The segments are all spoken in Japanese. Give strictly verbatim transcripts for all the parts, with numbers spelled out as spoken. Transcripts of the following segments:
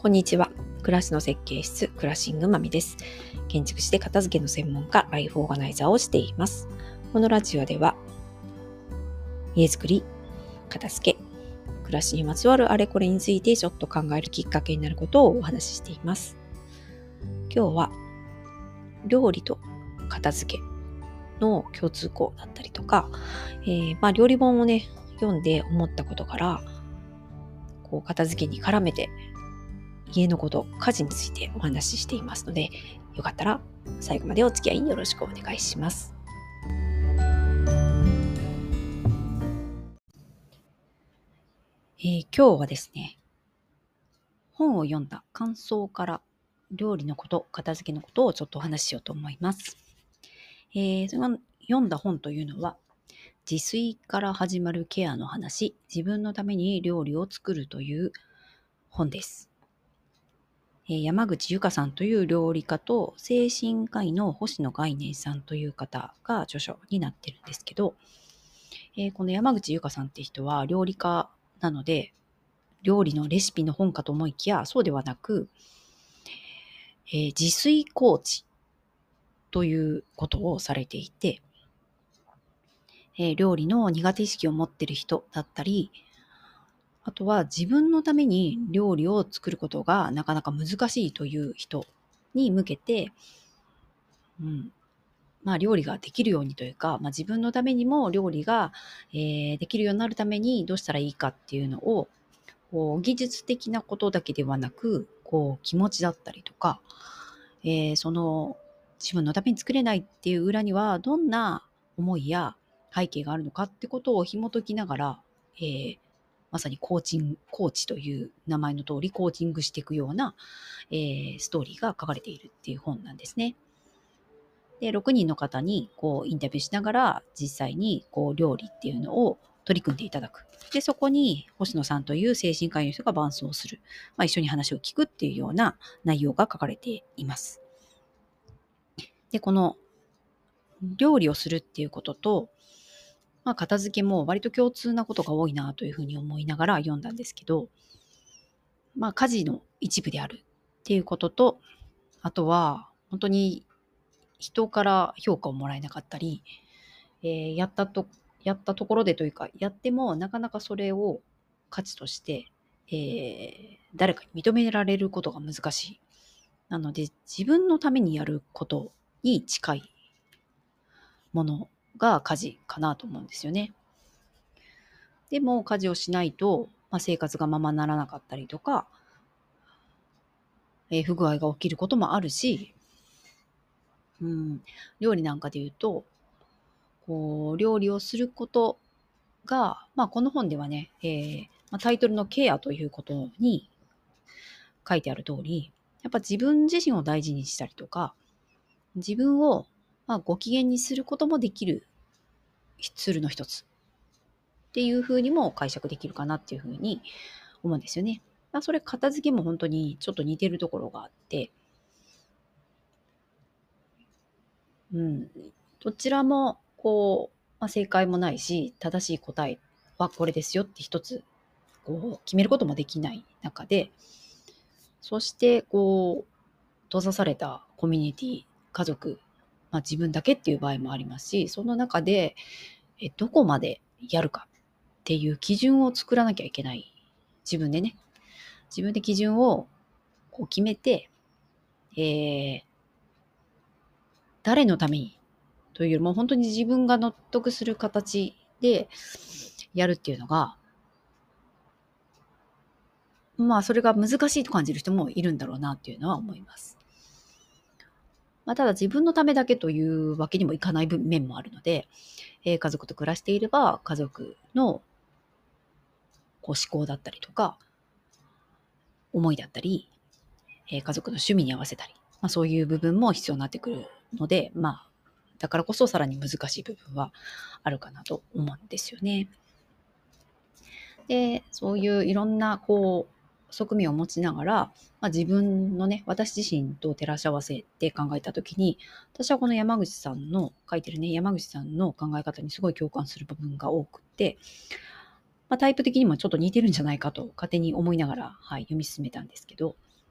こんにちは。暮らしの設計室クラッシングまみです。建築士で片付けの専門家、ライフオーガナイザーをしています。このラジオでは家づくり、片付け、暮らしにまつわるあれこれについてちょっと考えるきっかけになることをお話ししています。今日は料理と片付けの共通項だったりとか、えーまあ、料理本をね読んで思ったことからこう片付けに絡めて家のこと、家事についてお話ししていますので、よかったら最後までお付き合いよろしくお願いします。えー、今日はですね、本を読んだ感想から料理のこと、片付けのことをちょっとお話ししようと思います。えー、その読んだ本というのは、自炊から始まるケアの話、自分のために料理を作るという本です。山口由香さんという料理家と精神科医の星野概念さんという方が著書になってるんですけど、えー、この山口由香さんって人は料理家なので料理のレシピの本かと思いきやそうではなく、えー、自炊コーチということをされていて、えー、料理の苦手意識を持っている人だったり、あとは自分のために料理を作ることがなかなか難しいという人に向けて、うん、まあ料理ができるようにというか、まあ、自分のためにも料理が、えーできるようになるためにどうしたらいいかっていうのを、こう技術的なことだけではなく、こう気持ちだったりとか、えーその自分のために作れないっていう裏にはどんな思いや背景があるのかってことを紐解きながら、えーまさにコーチング、コーチという名前の通りコーチングしていくような、えーストーリーが書かれているっていう本なんですね。で、ろくにんの方にこうインタビューしながら実際にこう料理っていうのを取り組んでいただく。で、そこに星野さんという精神科医の人が伴走する。まあ、一緒に話を聞くっていうような内容が書かれています。で、この料理をするっていうことと、まあ、片付けも割と共通なことが多いなというふうに思いながら読んだんですけど、まあ、家事の一部であるっていうことと、あとは本当に人から評価をもらえなかったり、えーやったと、やったところでというか、やってもなかなかそれを価値として、えー誰かに認められることが難しい。なので、自分のためにやることに近いものが家事かなと思うんですよね。でも、家事をしないと、まあ、生活がままならなかったりとか、えー不具合が起きることもあるし、うん、料理なんかで言うと、こう料理をすることが、まあ、この本ではね、えーまあ、タイトルのケアということに書いてある通り、やっぱ自分自身を大事にしたりとか、自分をまあご機嫌にすることもできるツールの一つっていうふうにも解釈できるかなっていうふうに思うんですよね。まあ、それ片付けも本当にちょっと似てるところがあって、うん、どちらもこう、まあ、正解もないし、正しい答えはこれですよって一つこう決めることもできない中で、そしてこう閉ざされたコミュニティ、家族、まあ、自分だけっていう場合もありますし、その中でえどこまでやるかっていう基準を作らなきゃいけない。自分でね、自分で基準をこう決めて、えー誰のためにというよりも本当に自分が納得する形でやるっていうのが、まあそれが難しいと感じる人もいるんだろうなっていうのは思います。まあ、ただ自分のためだけというわけにもいかない面もあるので、えー家族と暮らしていれば家族のこう思考だったりとか思いだったり、えー家族の趣味に合わせたり、まあ、そういう部分も必要になってくるので、まあだからこそさらに難しい部分はあるかなと思うんですよね。で、そういういろんなこう側面を持ちながら、まあ、自分のね、私自身と照らし合わせて考えたときに、私はこの山口さんの書いてるね、山口さんの考え方にすごい共感する部分が多くて、まあ、タイプ的にもちょっと似てるんじゃないかと勝手に思いながら、はい、読み進めたんですけど、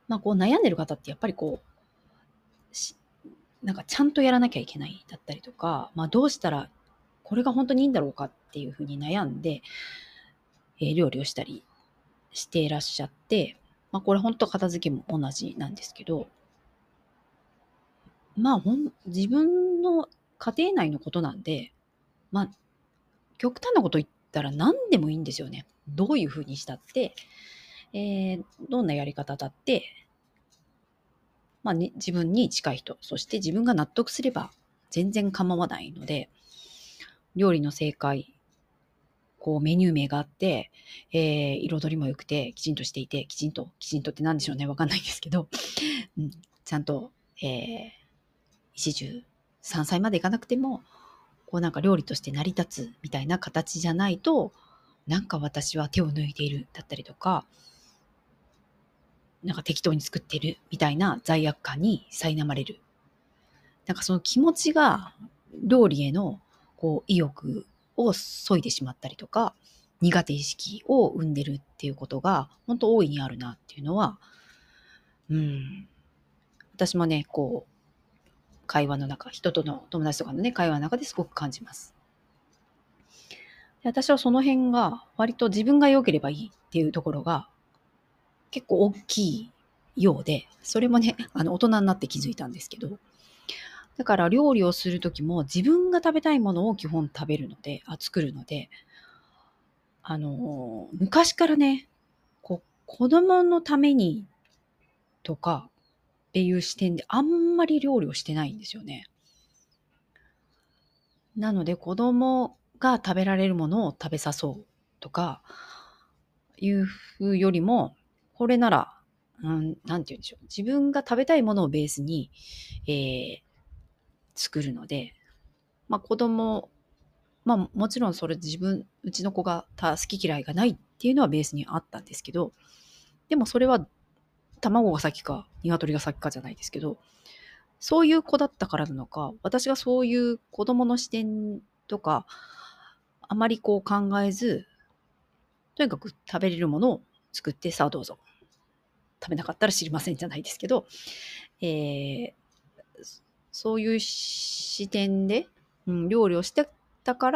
まあ、こう悩んでる方ってやっぱりこう、しなんかちゃんとやらなきゃいけないだったりとか、まあ、どうしたらこれが本当にいいんだろうかっていうふうに悩んで、えー料理をしたりしていらっしゃって、まあ、これ本当片付けも同じなんですけど、まあ、ほん自分の家庭内のことなんで、まあ、極端なこと言ったら何でもいいんですよね。どういうふうにしたって、えーどんなやり方だって、まあね、自分に近い人、そして自分が納得すれば全然構わないので、料理の正解、こうメニュー名があって、えー彩りも良くて、きちんとしていて、きちんと、きちんとって何でしょうね、わかんないんですけど、うん、ちゃんと、えー一汁三菜までいかなくても、こうなんか料理として成り立つみたいな形じゃないと、なんか私は手を抜いているだったりとか、なんか適当に作ってるみたいな罪悪感に苛まれる。なんかその気持ちが料理へのこう意欲を削いでしまったりとか、苦手意識を生んでるっていうことが本当大いにあるなっていうのは、うん、私もね、こう、会話の中、人との友達とかのね、会話の中ですごく感じます。で私はその辺が割と自分が良ければいいっていうところが結構大きいようで、それもね、あの大人になって気づいたんですけど、だから料理をするときも自分が食べたいものを基本食べるので、あ作るので、あのー昔からね、こう子供のためにとかっていう視点であんまり料理をしてないんですよね。なので子供が食べられるものを食べさそうとかいうふうよりも、これなら、うん、なんて言うんでしょう。自分が食べたいものをベースに、えー作るので、まあ子供、まあもちろんそれ自分、うちの子がた好き嫌いがないっていうのはベースにあったんですけど、でもそれは卵が先か鶏が先かじゃないですけど、そういう子だったからなのか、私がそういう子供の視点とか、あまりこう考えず、とにかく食べれるものを作って、さあどうぞ。食べなかったら知りませんじゃないですけど、えーそういう視点で、うん、料理をしてたから、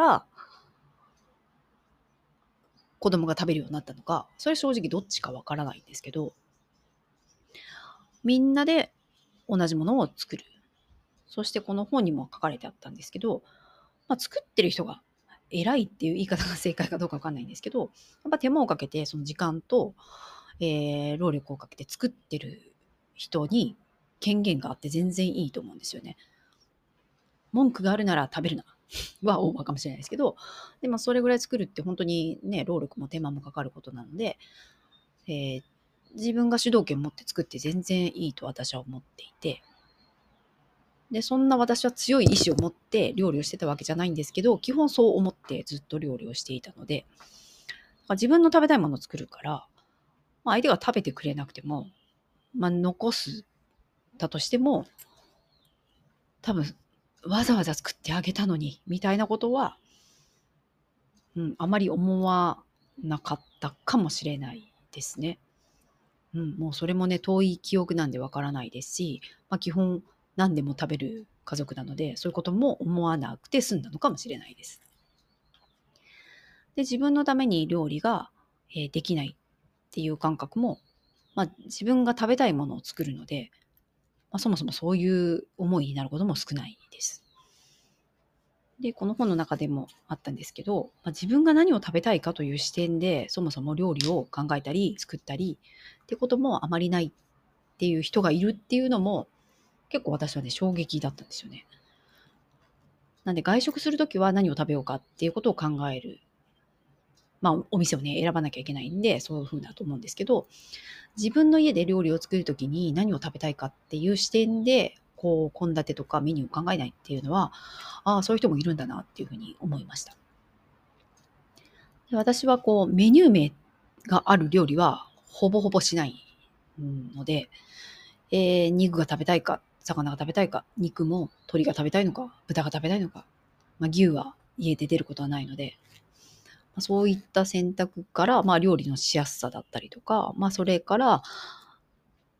子供が食べるようになったのか、それ正直どっちかわからないんですけど、みんなで同じものを作る。そしてこの本にも書かれてあったんですけど、まあ、作ってる人が偉いっていう言い方が正解かどうかわかんないんですけど、やっぱ手間をかけて、その時間と、えー労力をかけて作ってる人に権限があって全然いいと思うんですよね。文句があるなら食べるなはオーバーかもしれないですけど、でもそれぐらい作るって本当にね、労力も手間もかかることなので、えー自分が主導権を持って作って全然いいと私は思っていて、で、そんな私は強い意志を持って料理をしてたわけじゃないんですけど、基本そう思ってずっと料理をしていたので、自分の食べたいものを作るから、まあ、相手が食べてくれなくても、まあ、残すだとしても、多分、わざわざ作ってあげたのに、みたいなことは、うん、あまり思わなかったかもしれないですね。うん、もうそれもね、遠い記憶なんでわからないですし、まあ、基本何でも食べる家族なので、そういうことも思わなくて済んだのかもしれないです。で、自分のために料理が、えーできないっていう感覚も、まあ、自分が食べたいものを作るので、まあ、そもそもそういう思いになることも少ないです。で、この本の中でもあったんですけど、まあ、自分が何を食べたいかという視点で、そもそも料理を考えたり、作ったりってこともあまりないっていう人がいるっていうのも、結構私はね、衝撃だったんですよね。なんで外食するときは何を食べようかっていうことを考える。まあ、お店をね、選ばなきゃいけないんで、そういう風だと思うんですけど、自分の家で料理を作るときに何を食べたいかっていう視点で、こう、献立とかメニューを考えないっていうのは、ああ、そういう人もいるんだなっていうふうに思いました。で私はこう、メニュー名がある料理はほぼほぼしないので、えー肉が食べたいか、魚が食べたいか、肉も鶏が食べたいのか、豚が食べたいのか、まあ、牛は家で出ることはないので、まあ、そういった選択から、まあ、料理のしやすさだったりとか、まあ、それから、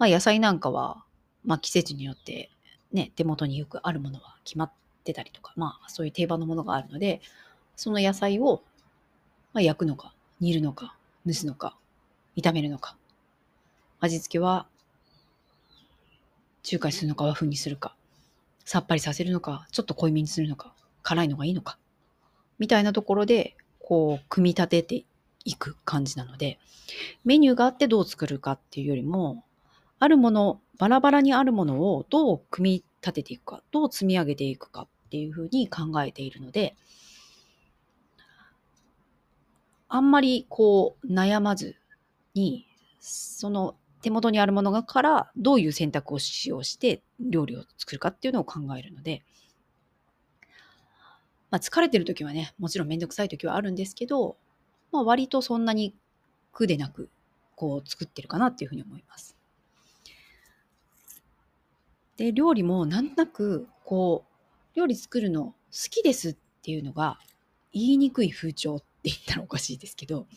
まあ、野菜なんかは、まあ、季節によってね、手元によくあるものは決まってたりとか、まあ、そういう定番のものがあるので、その野菜を、まあ、焼くのか、煮るのか、蒸すのか、炒めるのか、味付けは中華にするのか和風にするか、さっぱりさせるのか、ちょっと濃いめにするのか、辛いのがいいのか、みたいなところで、こう、組み立てていく感じなので、メニューがあってどう作るかっていうよりも、あるもの、バラバラにあるものをどう組み立てていくか、どう積み上げていくかっていうふうに考えているので、あんまりこう悩まずに、その手元にあるものからどういう選択を使用して料理を作るかっていうのを考えるので、まあ、疲れてる時はね、もちろんめんどくさい時はあるんですけど、まあ、割とそんなに苦でなくこう作ってるかなっていうふうに思います。で、料理もなんとなくこう料理作るの好きですっていうのが言いにくい風潮って言ったらおかしいですけど、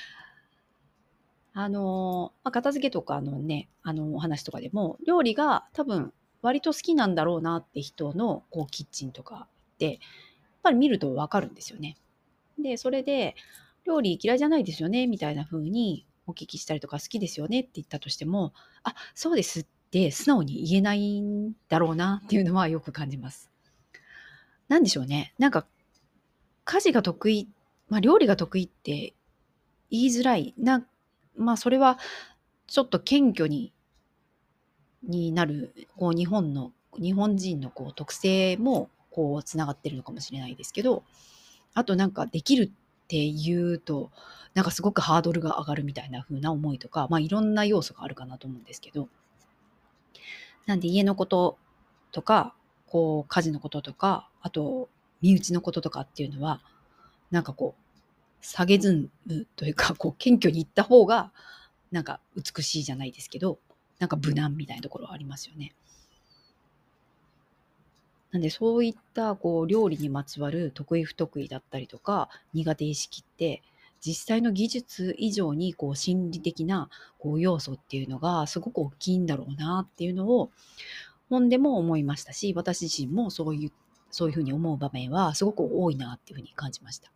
あの、まあ、片付けとかのね、あのお話とかでも料理が多分割と好きなんだろうなって人のこうキッチンとかでやっぱり見るとわかるんですよね。で、それで料理嫌いじゃないですよねみたいな風にお聞きしたりとか好きですよねって言ったとしても、あ、そうですって素直に言えないんだろうなっていうのはよく感じます。なんでしょうね。なんか家事が得意、まあ、料理が得意って言いづらいな、まあそれはちょっと謙虚にになるこう日本の日本人のこう特性もこうつながってるのかもしれないですけど、あとなんかできるって言うとなんかすごくハードルが上がるみたいな風な思いとか、まあいろんな要素があるかなと思うんですけど、なんで家のこととかこう家事のこととか、あと身内のこととかっていうのはなんかこう下げずむというか、こう謙虚に言った方がなんか美しいじゃないですけど、なんか無難みたいなところはありますよね。なんでそういったこう料理にまつわる得意不得意だったりとか苦手意識って実際の技術以上にこう心理的なこう要素っていうのがすごく大きいんだろうなっていうのを本でも思いましたし、私自身もそういうそういうふうに思う場面はすごく多いなっていうふうに感じました。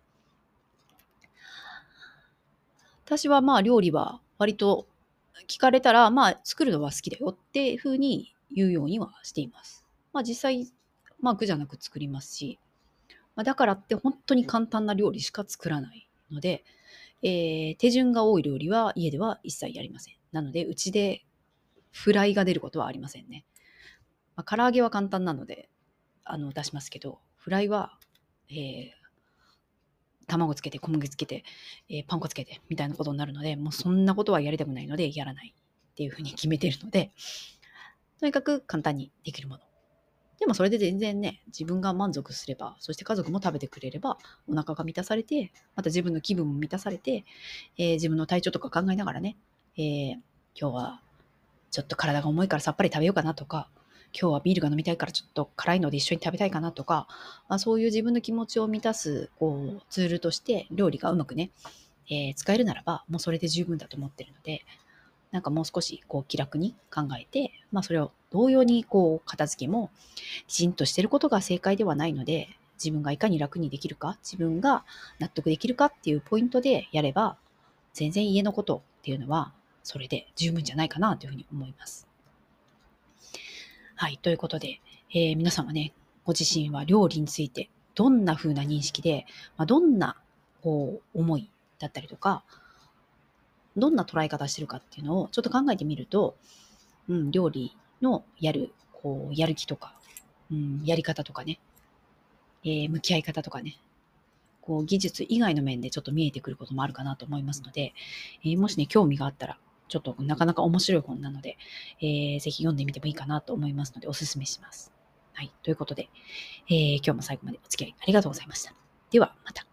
私はまあ料理は割と聞かれたらまあ作るのは好きだよっていうふうに言うようにはしています。まあ実際まあ苦じゃなく作りますし、まあ、だからって本当に簡単な料理しか作らないので、えー手順が多い料理は家では一切やりません。なのでうちでフライが出ることはありませんね。まあ、唐揚げは簡単なのであの出しますけど、フライは、えー卵つけて小麦つけて、えーパン粉つけてみたいなことになるので、もうそんなことはやりたくないのでやらないっていうふうに決めてるので、とにかく簡単にできるもの。でもそれで全然ね、自分が満足すれば、そして家族も食べてくれれば、お腹が満たされて、また自分の気分も満たされて、えー自分の体調とか考えながらね、えー今日はちょっと体が重いからさっぱり食べようかなとか、今日はビールが飲みたいからちょっと辛いので一緒に食べたいかなとか、まあ、そういう自分の気持ちを満たすこうツールとして料理がうまくね、えー使えるならば、もうそれで十分だと思ってるので、なんかもう少しこう気楽に考えて、まあそれを同様にこう片付けもきちんとしてることが正解ではないので、自分がいかに楽にできるか、自分が納得できるかっていうポイントでやれば、全然家のことっていうのはそれで十分じゃないかなというふうに思います。はい、ということで、えー皆さんはね、ご自身は料理についてどんな風な認識で、まあ、どんなこう思いだったりとか、どんな捉え方してるかっていうのをちょっと考えてみると、うん、料理のやる、こう、やる気とか、うん、やり方とかね、えー向き合い方とかね、こう、技術以外の面でちょっと見えてくることもあるかなと思いますので、えーもしね、興味があったら、ちょっとなかなか面白い本なので、えーぜひ読んでみてもいいかなと思いますので、おすすめします。はい。ということで、えー今日も最後までお付き合いありがとうございました。では、また。